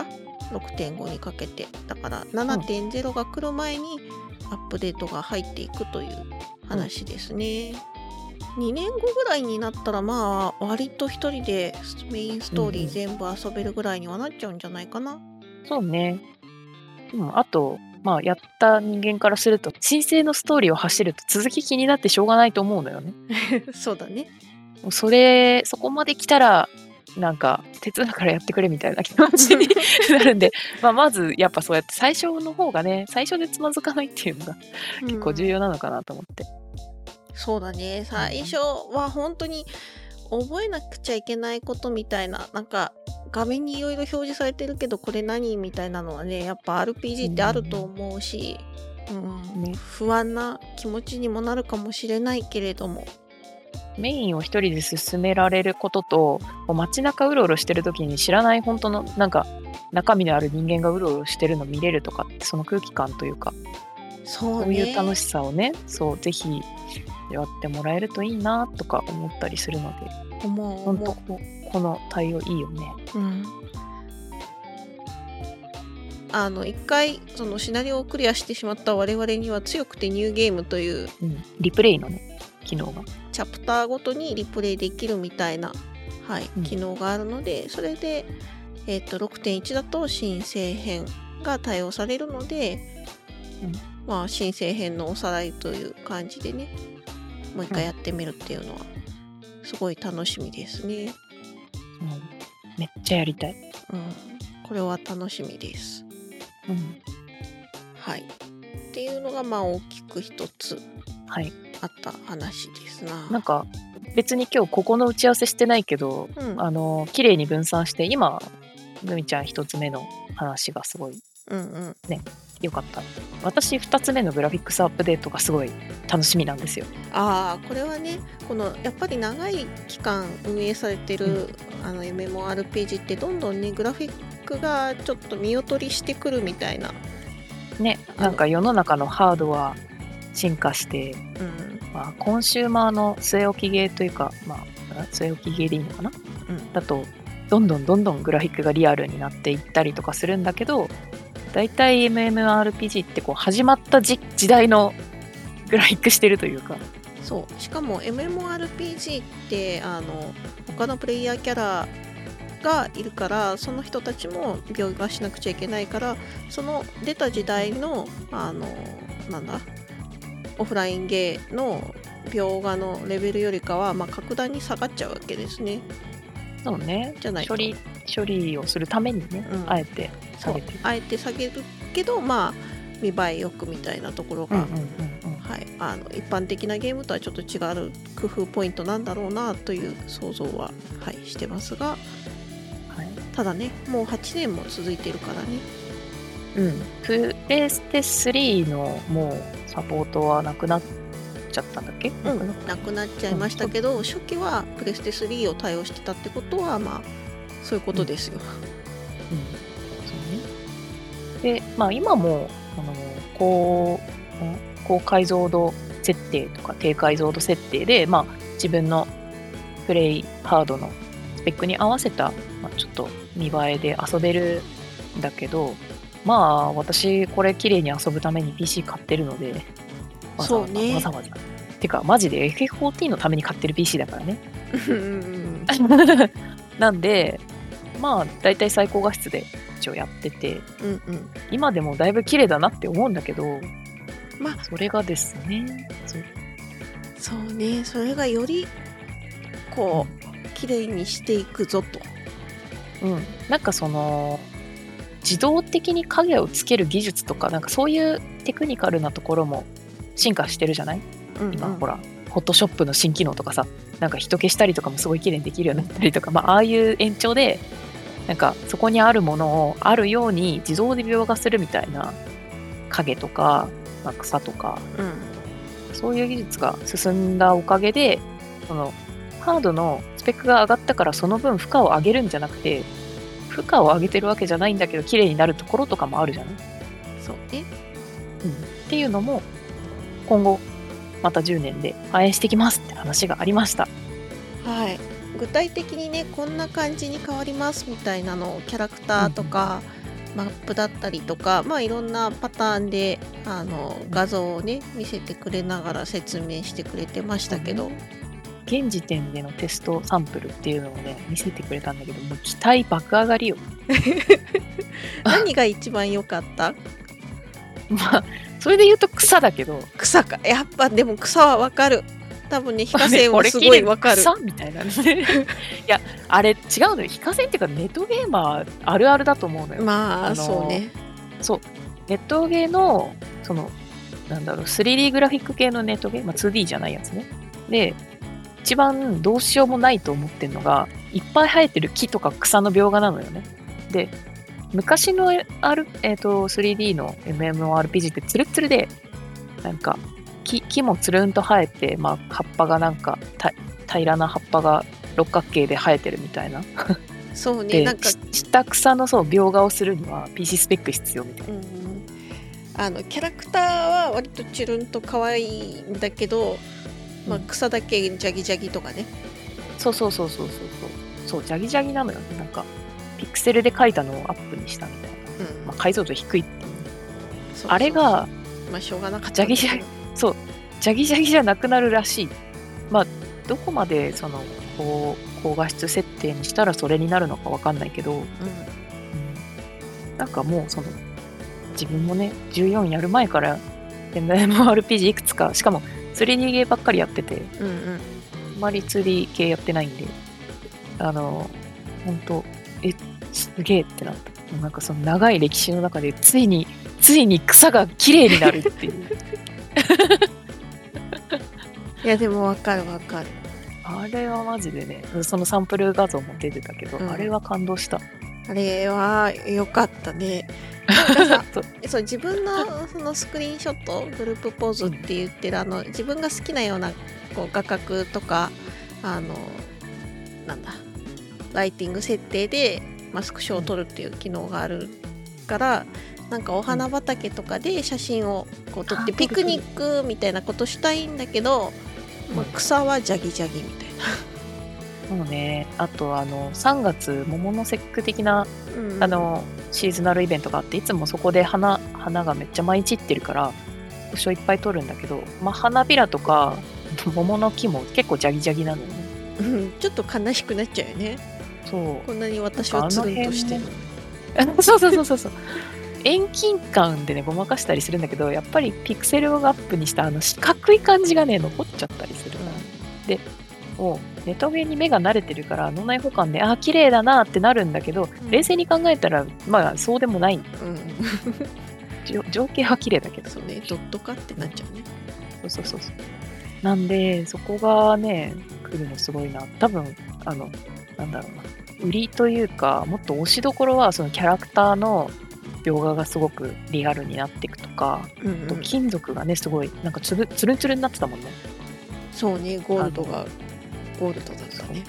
6.5 にかけて、だから 7.0 が来る前にアップデートが入っていくという話ですね。2年後ぐらいになったらまあ割と一人でメインストーリー全部遊べるぐらいにはなっちゃうんじゃないかな。 そうね。あとやった人間からすると神聖のストーリーを走ると続き気になってしょうがないと思うのよね。 そうだね。 そこまで来たらなんか手伝うからやってくれみたいな気持ちになるんでまずやっぱそうやって最初の方がね、最初でつまずかないっていうのが結構重要なのかなと思って。 そうだね、最初は本当に覚えなくちゃいけないことみたいな、なんか画面にいろいろ表示されてるけどこれ何みたいなのはね、やっぱ RPG ってあると思うし、不安な気持ちにもなるかもしれないけれども、 メインを一人で進められることと、街中うろうろしてる時に知らない本当のなんか中身のある人間がうろうろしてるの見れるとかって、その空気感というか、そういう楽しさをね、そうぜひやってもらえるといいなとか思ったりするので、本当この対応いいよね。 一回そのシナリオをクリアしてしまった我々には強くてニューゲームという、 リプレイのね機能がチャプターごとにリプレイできるみたいな、機能があるので、それで、6.1 だと新生編が対応されるので、新生編のおさらいという感じでね、もう一回やってみるっていうのはすごい楽しみですね。 めっちゃやりたい。 これは楽しみです。っていうのが大きく一つあった話ですな。 なんか別に今日ここの打ち合わせしてないけど、綺麗に分散して今グミちゃん一つ目の話がすごいね良かった。私2つ目のグラフィックスアップデートがすごい楽しみなんですよ。 これはね、やっぱり長い期間運営されてる、MMORPG ってどんどんねグラフィックがちょっと見劣りしてくるみたいなね、なんか世の中のハードは進化して、コンシューマーの据え置きゲーというか、据え置きゲーでいいのかな、だとどんどんグラフィックがリアルになっていったりとかするんだけど、だいたい MMORPG って始まった時代のグラフィックしてるというか。 そうしかも MMORPG って他のプレイヤーキャラがいるから、その人たちも描画しなくちゃいけないから、その出た時代のオフラインゲーの描画のレベルよりかは、格段に下がっちゃうわけですね。 そうね。じゃない処理をするためにね、あえて下げてる。 あえて下げるけど、見栄えよくみたいなところが、一般的なゲームとはちょっと違う工夫ポイントなんだろうなという想像は、してますが、ただね、もう8年も続いてるからね。 プレステ3のもうサポートはなくなっちゃったんだっけ？ なくなっちゃいましたけど、初期はプレステ3を対応してたってことはそういうことですよ。 そうね。で、今も高解像度設定とか低解像度設定で、自分のプレイハードのスペックに合わせた、ちょっと見栄えで遊べるんだけど、私これ綺麗に遊ぶために PC 買ってるので、わざわざてかマジで FF14 のために買ってる PC だからね。なんでだいたい最高画質で一応やってて、今でもだいぶ綺麗だなって思うんだけど、それがですね、 そうね、それがより綺麗にしていくぞと。 なんか自動的に影をつける技術とか、なんかそういうテクニカルなところも進化してるじゃない？今ほらフォトショップの新機能とかさ、なんか人消したりとかもすごい綺麗にできるようになったりとか、ああいう延長でなんかそこにあるものをあるように自動で描画するみたいな、影とか、草とか、そういう技術が進んだおかげで、ハードのスペックが上がったからその分負荷を上げるんじゃなくて、負荷を上げてるわけじゃないんだけど綺麗になるところとかもあるじゃない？ そうね。 っていうのも今後また10年で反映してきますって話がありました。 具体的にね、こんな感じに変わりますみたいなのをキャラクターとか、マップだったりとか、いろんなパターンで画像をね見せてくれながら説明してくれてましたけど、 現時点でのテストサンプルっていうのをね見せてくれたんだけど、もう期待爆上がりよ。 何が一番良かった？ それで言うと草だけど。 草か、やっぱでも草はわかる。多分ね、非課線はすごいわかる。 草みたいなね。いや、あれ違うのよ。非課線っていうかネットゲーマーあるあるだと思うのよ。 そうね。 そう。ネットゲーの3D グラフィック系のネットゲー、2D じゃないやつね。で、一番どうしようもないと思ってるのが、いっぱい生えてる木とか草の描画なのよね。で、昔の3D の MMORPG ってツルツルで、なんか木もつるんと生えて、まあ、葉っぱがなんか平らな葉っぱが六角形で生えてるみたいな。 そうね、なんか下草の描画をするには PC スペック必要みたいな、キャラクターは割とチュルンと可愛いんだけど、まあ、草だけジャギジャギとかね。 そうジャギジャギなのよ。なんかピクセルで描いたのをアップにしたみたいな、まあ、解像度低いっていう、あれがまあしょうがなかった、 ジャギジャギジャギジャギじゃなくなるらしい。まあどこまでその高画質設定にしたらそれになるのかわかんないけど、なんかもうその自分もね14やる前からMMORPG いくつか、しかも 3D ゲーばっかりやってて、あまり 2D 系やってないんで、ほんとすげえってなった。なんかその長い歴史の中でついに草が綺麗になるっていういやでもわかるあれはマジでね、そのサンプル画像も出てたけど、あれは感動した。 あれは良かったね。なんかさそう自分のそのスクリーンショットグループポーズって言ってる自分が好きなような画角とかなんだライティング設定でマスクショを撮るっていう機能があるから、なんかお花畑とかで写真を撮ってピクニックみたいなことしたいんだけど、まあ、草はジャギジャギみたいな。 もうね、あと3月桃の節句的な、シーズナルイベントがあって、いつもそこで花がめっちゃ舞い散ってるから星をいっぱい撮るんだけど、まあ、花びらとか桃の木も結構ジャギジャギなのよね。 ちょっと悲しくなっちゃうよね。 そうこんなに私はつるんとしてる。 そう遠近感でねごまかしたりするんだけど、やっぱりピクセルをアップにした四角い感じがね残っちゃったりするから、でもうネタ上に目が慣れてるから脳内補完で綺麗だなってなるんだけど、冷静に考えたらまあそうでもない、情景は綺麗だけど、 そうね、ドットかってなっちゃうね。 そうなんでそこがね来るのすごいな。多分なんだろうな、売りというかもっと推しどころはそのキャラクターの描画がすごくリアルになっていくとか、と金属がねすごいなんかつるんつるになってたもんね。 そうね、ゴールドだったね。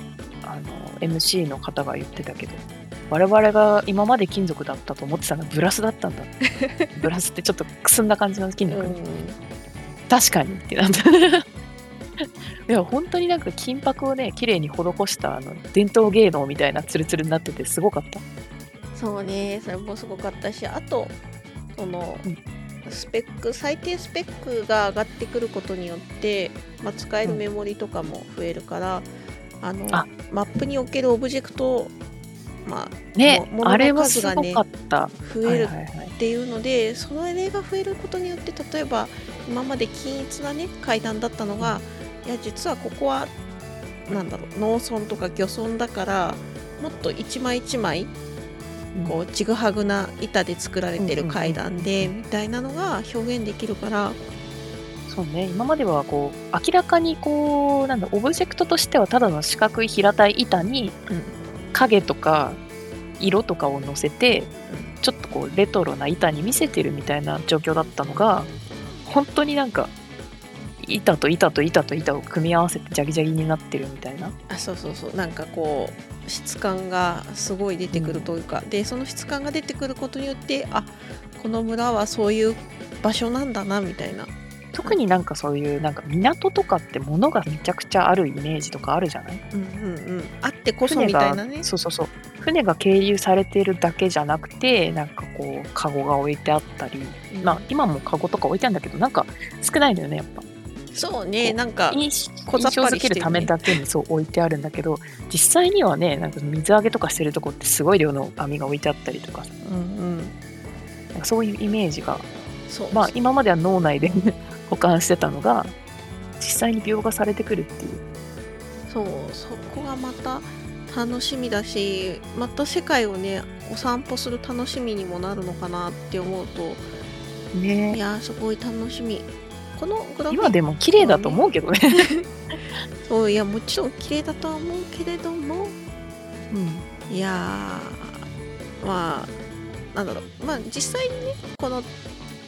MC の方が言ってたけど、我々が今まで金属だったと思ってたのはブラスだったんだブラスってちょっとくすんだ感じの金属、確かにってなったいや本当になんか金箔をね綺麗に施した伝統芸能みたいなツルツルになっててすごかった。 そうね、それもすごかったし、あとその、最低スペックが上がってくることによって、まあ、使えるメモリとかも増えるから、マップにおけるオブジェクト、まあね、 物の数がね増えるっていうので、その例が増えることによって、例えば今まで均一なね階段だったのが、いや実はここはなんだろう、農村とか漁村だからもっと一枚一枚こうちぐはぐな板で作られてる階段でみたいなのが表現できるから、 そうね、今まではこう明らかにこうなんだオブジェクトとしてはただの四角い平たい板に影とか色とかを乗せて、ちょっとこうレトロな板に見せてるみたいな状況だったのが、本当になんか板と板と板と板を組み合わせてジャギジャギになってるみたいな。 そうなんかこう質感がすごい出てくるというか、でその質感が出てくることによって、この村はそういう場所なんだなみたいな。 特になんかそういうなんか港とかって物がめちゃくちゃあるイメージとかあるじゃない？ あってこそみたいなね。 そう船が係留されているだけじゃなくて、なんかこうカゴが置いてあったり、まあ今もカゴとか置いてあるんだけど、なんか少ないのよねやっぱ。 そうね、なんか印象づけるためだけにそう置いてあるんだけど、実際にはね、なんか水揚げとかしてるとこってすごい量の網が置いてあったりとか、なんかそういうイメージが、まあ今までは脳内で保管してたのが実際に描画されてくるっていう。 そこがまた楽しみだし、また世界をねお散歩する楽しみにもなるのかなって思うとね、いやすごい楽しみ。このグラフィック今でも綺麗だと思うけどねそういやもちろん綺麗だとは思うけれども、いやまあなんだろう、まあ実際にねこの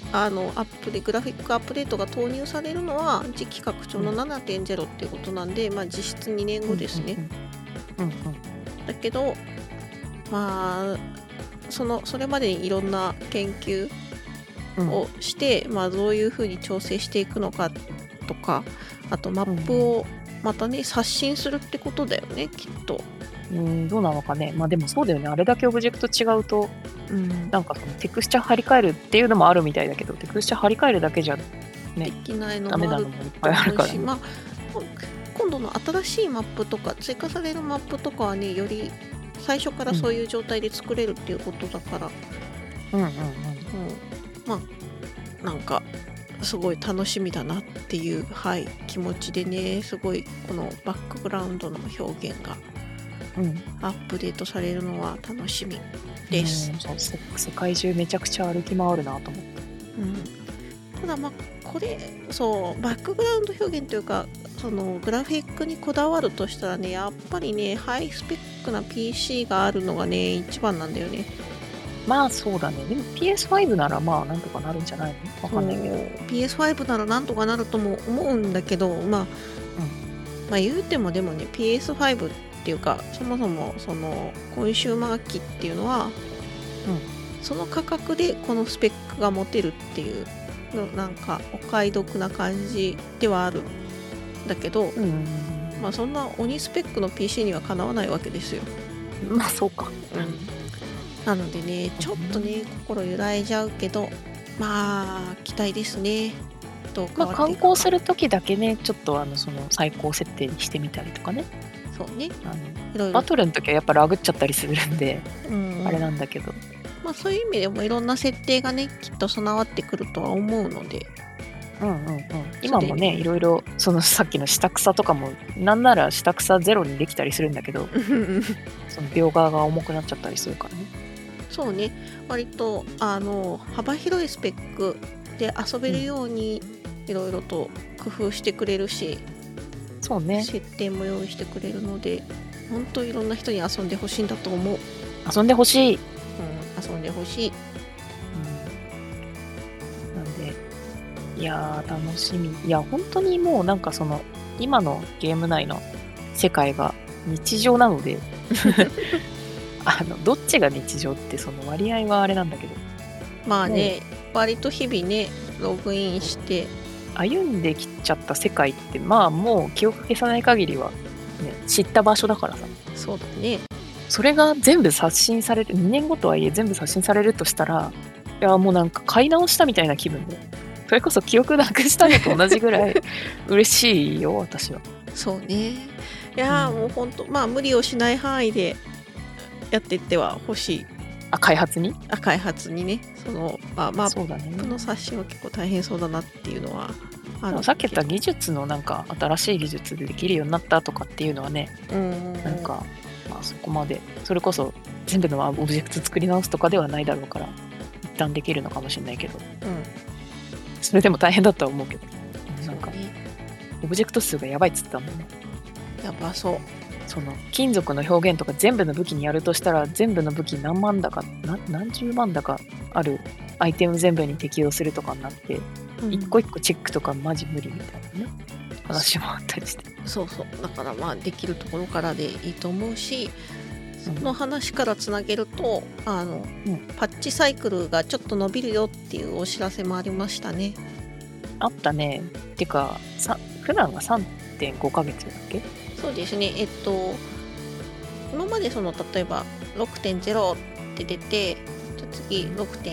アップでグラフィックアップデートが投入されるのは次期拡張の 7.0 っていうことなんで、実質2年後ですね。だけどそれまでにいろんな研究をして、どういうふうに調整していくのかとか、あとマップをまたね刷新するってことだよね、きっと。 どうなのかね。でもそうだよね。あれだけオブジェクト違うと、なんかそのテクスチャ張り替えるっていうのもあるみたいだけど、テクスチャ張り替えるだけじゃね、 できないのもあると思うし、今度の新しいマップとか追加されるマップとかはね、より最初からそういう状態で作れるっていうことだから、なんかすごい楽しみだなっていう、気持ちでね、すごいこのバックグラウンドの表現がアップデートされるのは楽しみです。 世界中めちゃくちゃ歩き回るなと思った。 ただこれバックグラウンド表現というか、そのグラフィックにこだわるとしたらね、やっぱりねハイスペックな PC があるのがね一番なんだよね。 そうだね。でも PS5 ならなんとかなるんじゃないの？わかんないけど。 PS5 ならなんとかなるとも思うんだけど、言うてもでもね PS5 っていうか、そもそもそのコンシューマー機っていうのは、その価格でこのスペックが持てるっていうの、なんかお買い得な感じではあるんだけど、そんな鬼スペックの PC にはかなわないわけですよ。 そうか。 なのでね、ちょっとね心揺らいじゃうけど、期待ですね。どう変わっていくか。 観光するときだけね、ちょっとその最高設定にしてみたりとかね。 そうね。 いろいろバトルの時はやっぱラグっちゃったりするんで、あれなんだけど。 そういう意味でもいろんな設定がねきっと備わってくるとは思うので。 今もね、いろいろそのさっきの下草とかもなんなら下草ゼロにできたりするんだけどその描画が重くなっちゃったりするからね。 そうね、割と幅広いスペックで遊べるようにいろいろと工夫してくれるし、 そうね、 設定も用意してくれるので、本当いろんな人に遊んでほしいんだと思う。 遊んでほしい。 遊んでほしい。 なんで、いやー楽しみ。いや本当にもうなんかその今のゲーム内の世界が日常なのでどっちが日常ってその割合はあれなんだけど、 割と日々ねログインして歩んできちゃった世界ってもう記憶消さない限りは、知った場所だからさ。 そうだね。 それが全部刷新される、2年後とはいえ全部刷新されるとしたら、いやもうなんか買い直したみたいな気分で、それこそ記憶なくしたのと同じぐらい嬉しいよ私は。 そうね。いやもう本当無理をしない範囲でやっていってはほしい。 開発にね。 そうだね。 この刷新は結構大変そうだなっていうのはさっき言った技術のなんか新しい技術でできるようになったとかっていうのはね、なんかそこまでそれこそ全部のオブジェクト作り直すとかではないだろうから一旦できるのかもしれないけど、それでも大変だとは思うけど、なんかオブジェクト数がやばいっつってたもんね。 やばそう。 その金属の表現とか全部の武器にやるとしたら、全部の武器何万だか何十万だかあるアイテム全部に適用するとかになって、一個一個チェックとかマジ無理みたいなね話もあったりして。 そうだからできるところからでいいと思うし、その話からつなげるとパッチサイクルがちょっと伸びるよっていうお知らせもありましたね。 あったね。てか普段が 3.5 ヶ月だっけ？ そうですね。今まで例えば 6.0 って出て、次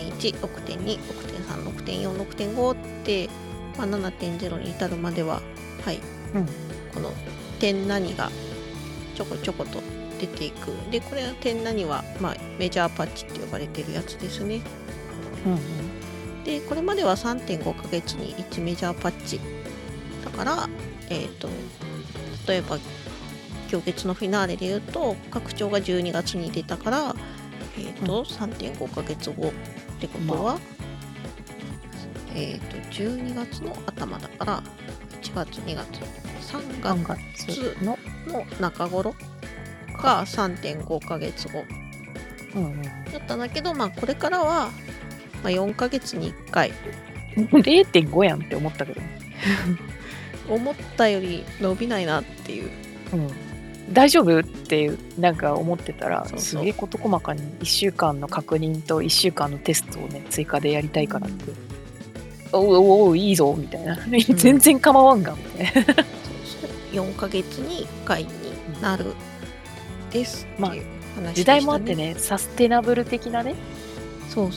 6.1、6.2、6.3、6.4、6.5 って、7.0 に至るまではこの点何がちょこちょこと出ていく。でこれは点何は、メジャーパッチって呼ばれてるやつですね。でこれまでは 3.5 ヶ月に1メジャーパッチだから、例えば今日月のフィナーレで言うと拡張が12月に出たから、3.5 ヶ月後ってことは、12月の頭だから1月2月3月の中頃が 3.5 ヶ月後だったんだけど、これからは4ヶ月に1回 0.5 やんって思ったけどね。 思ったより伸びないなっていう。 大丈夫っていうなんか思ってたら、すげえ事細かに1週間の確認と1週間のテストをね追加でやりたいからって、おいいぞみたいな、全然構わんがみたいな。そう 4ヶ月に1回になるですっていう話でしたね。 時代もあってね、サステナブル的なね、 そう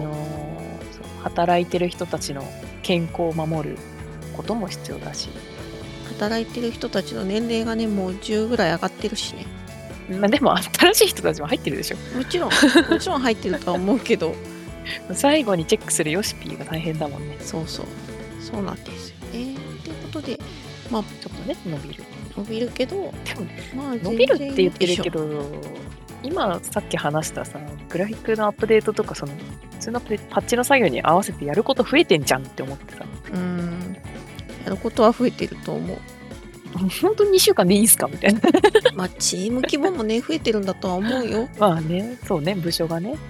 働いてる人たちの健康を守ることも必要だし、 働いてる人たちの年齢がねもう10ぐらい上がってるしね。 でも新しい人たちも入ってるでしょ。 もちろん入ってるとは思うけど最後にチェックするヨシピーが大変だもんね。 そうなんですよね。ということで、ちょっとね伸びるけど、でも伸びるって言ってるけど、今さっき話したさグラフィックのアップデートとか普通のパッチの作業に合わせてやること増えてんじゃんって思ってさ。 やることは増えてると思う。 本当に2週間でいいんすかみたいな。 チーム規模もね増えてるんだとは思うよ。 そうね、部署がね。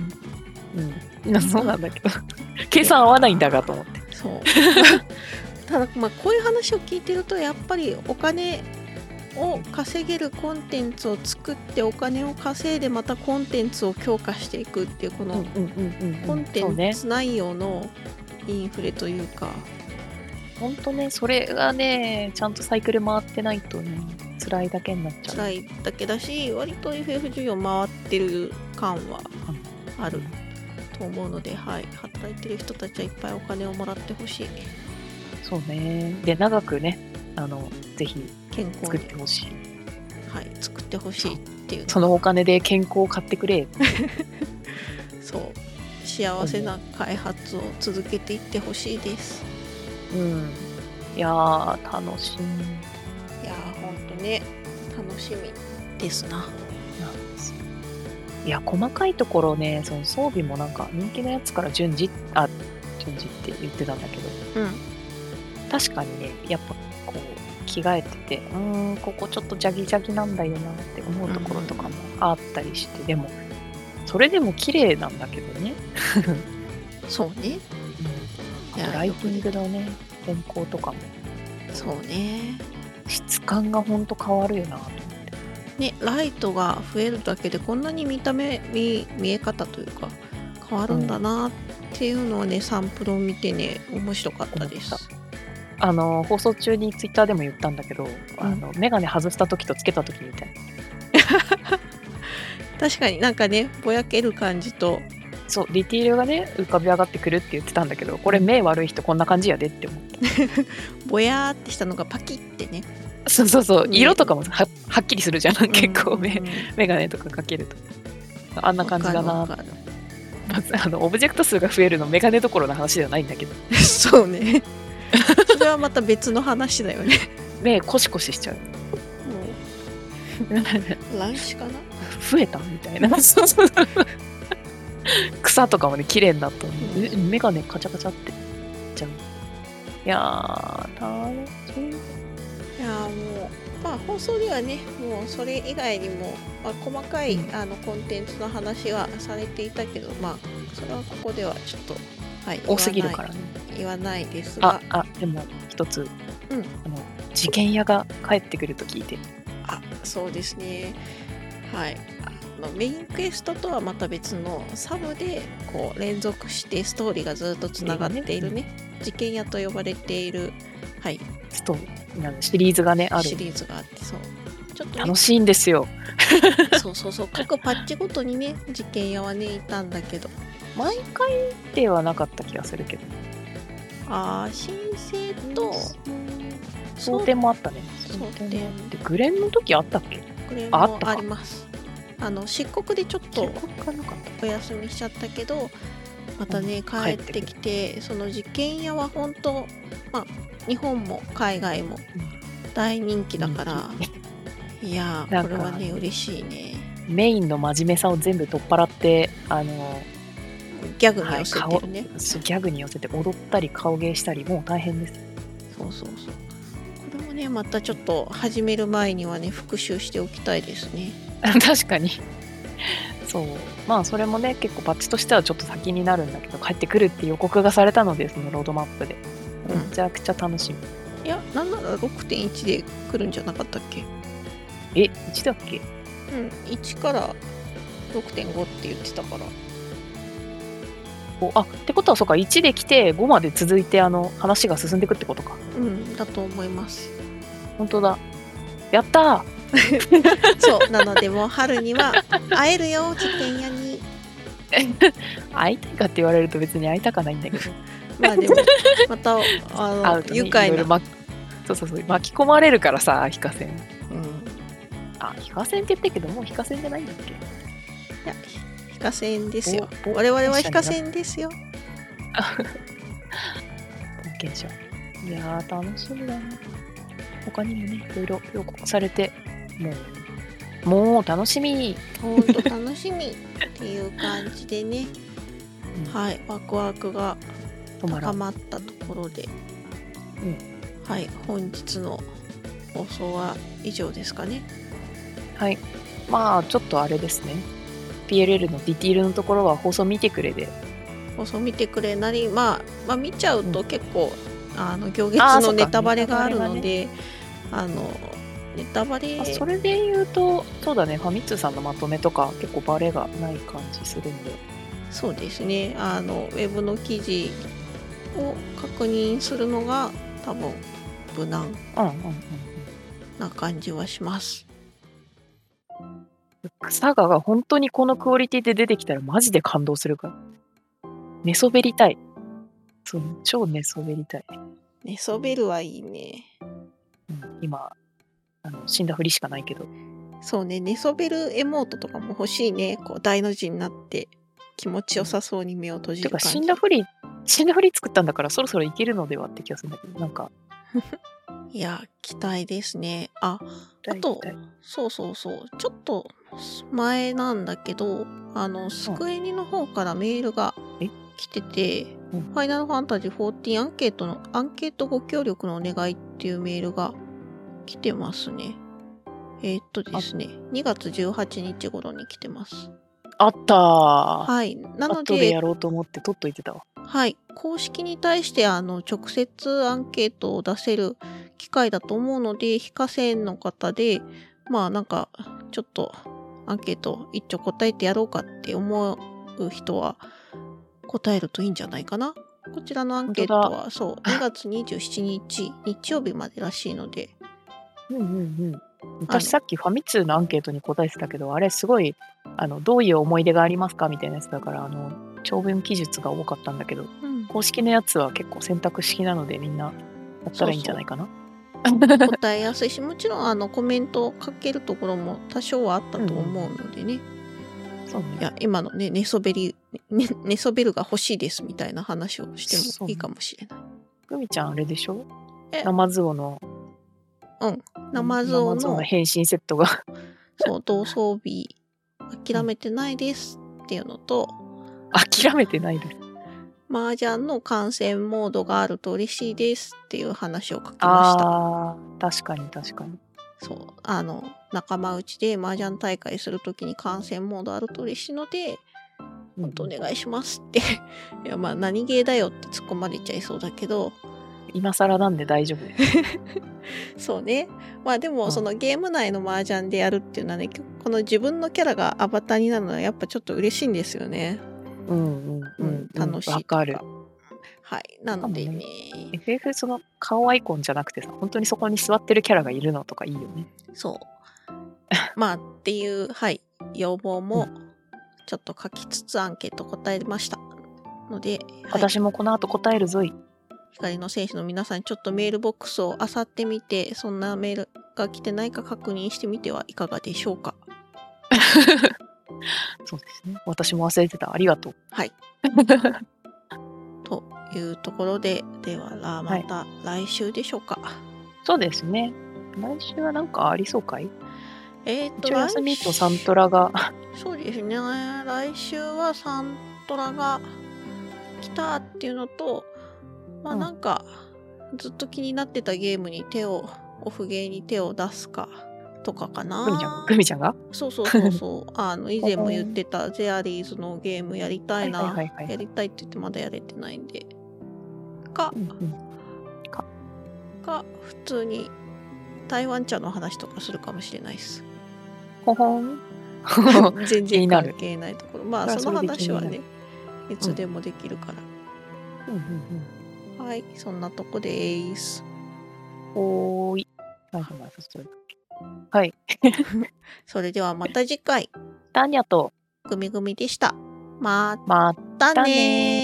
そうなんだけど計算合わないんだがと思って。 そうただこういう話を聞いてるとやっぱりお金を稼げるコンテンツを作ってお金を稼いでまたコンテンツを強化していくっていうこのコンテンツ内容のインフレというか、 本当ね、それがねちゃんとサイクル回ってないとね辛いだけになっちゃう。 辛いだけだし、割と FF 需要回ってる感はあると思うので、働いてる人たちはいっぱいお金をもらってほしい。 そうね。で長くねぜひ健康作ってほしい。 作ってほしいっていう。 そのお金で健康を買ってくれ。 そう、幸せな開発を続けていってほしいです。 いやー楽しみ。 ほんとね楽しみですな。 いや細かいところね、その装備もなんか人気のやつから順次って言ってたんだけど、確かにねやっぱこう着替えててここちょっとジャギジャギなんだよなって思うところとかもあったりして、でもそれでも綺麗なんだけどね。 そうね。 あとライティングのね変更とかもそうね、 質感がほんと変わるよなと思ってね。ライトが増えるだけでこんなに見え方というか変わるんだなっていうのをね、サンプルを見てね面白かったです。 放送中にツイッターでも言ったんだけど、メガネ外した時とつけた時みたい確かになんかねぼやける感じと、 そうディティールがね浮かび上がってくるって言ってたんだけど、これ目悪い人こんな感じやでって思ったぼやーってしたのがパキってね。 そう、色とかも はっきりするじゃん、結構メガネとかかけるとあんな感じだな。オブジェクト数が増えるのメガネどころの話ではないんだけどそうねそれはまた別の話だよね。 目コシコシしちゃう。 乱視かな、 増えたみたいな。草とかもね綺麗になったので、メガネカチャカチャってちゃう。いやー楽しい。 いやもう放送ではねもうそれ以外にも、細かい、コンテンツの話はされていたけど、それはここではちょっと、 多すぎるからね言わないですが、 でも一つ、事件屋が帰ってくると聞いて。 そうですね。メインクエストとはまた別のサブでこう連続してストーリーがずっとつながっているね、事件屋と呼ばれている、 シリーズがねある。 シリーズがあって、そうちょっと、 楽しいんですよ。 そう各パッチごとにね事件屋はねいたんだけど、 毎回ではなかった気がするけど、 申請と争点もあったね。 争点でグレンの時あったっけ？ グレンもあります。漆黒でちょっとお休みしちゃったけど、またね帰ってきて、その事件屋は本当日本も海外も大人気だから、いやこれはね嬉しいね。 メインの真面目さを全部取っ払ってギャグに寄せてるね。 ギャグに寄せて踊ったり顔芸したりもう大変です。 そうこれもねまたちょっと始める前にはね復習しておきたいですね。 確かにそう。まあそれもね、結構パッチとしてはちょっと先になるんだけど、帰ってくるって予告がされたので、そのロードマップで。めちゃくちゃ楽しみ。 いや、なんなら 6.1 で来るんじゃなかったっけ？ 1だっけ？ 1から 6.5 って言ってたから。 ってことはそうか、1で来て5まで続いて話が進んでいくってことか。 だと思います。 本当だ。やったーそうなので、もう春には会えるよ、自転屋に。 会いたいかって言われると別に会いたかないんだけど。 まあでもまた愉快な、 そう巻き込まれるからさ、非課線。非課線って言ったけど、もう非課線じゃないんだっけ？いや、非課線ですよ。我々は非課線ですよ。 冒険者。いやー、楽しみだね。他にもね、いろいろ予告されて、もう楽しみ。 ほんと楽しみっていう感じでね。はい、ワクワクが高まったところで、はい、本日の放送は以上ですかね。 はい。まあちょっとあれですね。PLL のディティールのところは放送見てくれで。 放送見てくれなり、まあ見ちゃうと結構、行月のネタバレがあるので、ネタバレ、 それで言うと、そうだね、ファミ通さんのまとめとか結構バレがない感じするんで。 そうですね、ウェブの記事を確認するのが多分無難な感じはします。 サガが本当にこのクオリティで出てきたらマジで感動するから。寝そべりたい。そう、超寝そべりたい。 寝そべるはいいね。 今、死んだふりしかないけど。 そうね、寝そべるエモートとかも欲しいね。こう大の字になって気持ちよさそうに目を閉じる感じ。 てか死んだふり作ったんだからそろそろいけるのではって気がするんだけど、なんか。 いや、期待ですね。あと、そうちょっと前なんだけど、スクエニの方からメールが来てて、ファイナルファンタジー14アンケートご協力のお願いっていうメールが来てますね。ですね、2月18日頃に来てます。 あったー。 はい。なので、 後でやろうと思って取っといてたわ。 はい。公式に対して直接アンケートを出せる機会だと思うので、非課線の方で、まあなんか、ちょっとアンケート一丁答えてやろうかって思う人は答えるといいんじゃないかな。こちらのアンケートは、そう、2月27日、日曜日までらしいので。 私さっきファミ通のアンケートに答えてたけど、あれすごい、どういう思い出がありますかみたいなやつだから、長文記述が多かったんだけど、公式のやつは結構選択式なのでみんなやったらいいんじゃないかな。 答えやすいし、もちろんコメント書けるところも多少はあったと思うのでね。 そうね。 いや、今のね、寝そべるが欲しいですみたいな話をしてもいいかもしれない。 グミちゃんあれでしょ？ナマズオの。 ナマズオの変身セットがそう、同装備諦めてないですっていうのと、 諦めてないです。 麻雀の観戦モードがあると嬉しいですっていう話を書きました。確かに。 そう、仲間内で麻雀大会するときに観戦モードあると嬉しいので、本当お願いしますっていや、まあ何ゲーだよって突っ込まれちゃいそうだけど、 今更なんで大丈夫そうね。まあでもそのゲーム内の麻雀でやるっていうのはね、この自分のキャラがアバターになるのはやっぱちょっと嬉しいんですよね。楽しい。 わかる。 はい。なのでね。 FF その顔アイコンじゃなくてさ、本当にそこに座ってるキャラがいるのとかいいよね。 そう。まあっていう、はい、要望もちょっと書きつつアンケート答えましたので、 私もこの後答えるぞい。 光の選手の皆さん、ちょっとメールボックスを漁ってみて、そんなメールが来てないか確認してみてはいかがでしょうか。 そうですね。私も忘れてた。ありがとう。 はい。というところで、ではまた来週でしょうか。 そうですね。来週はなんかありそうかい？休みとサントラが。 そうですね。来週はサントラが来たっていうのと、まあなんか、ずっと気になってたゲームにオフゲーに手を出すか、 とかかグミちゃんがそう以前も言ってたゼアリーズのゲームやりたいな、やりたいって言ってまだやれてないんでか普通に台湾茶の話とかするかもしれないです。 ほほん全然関係ないところ。まあその話はねいつでもできるから。はい、そんなとこです。 おーい。はい。 それではまた次回。 タニャとグミグミでした。またねー。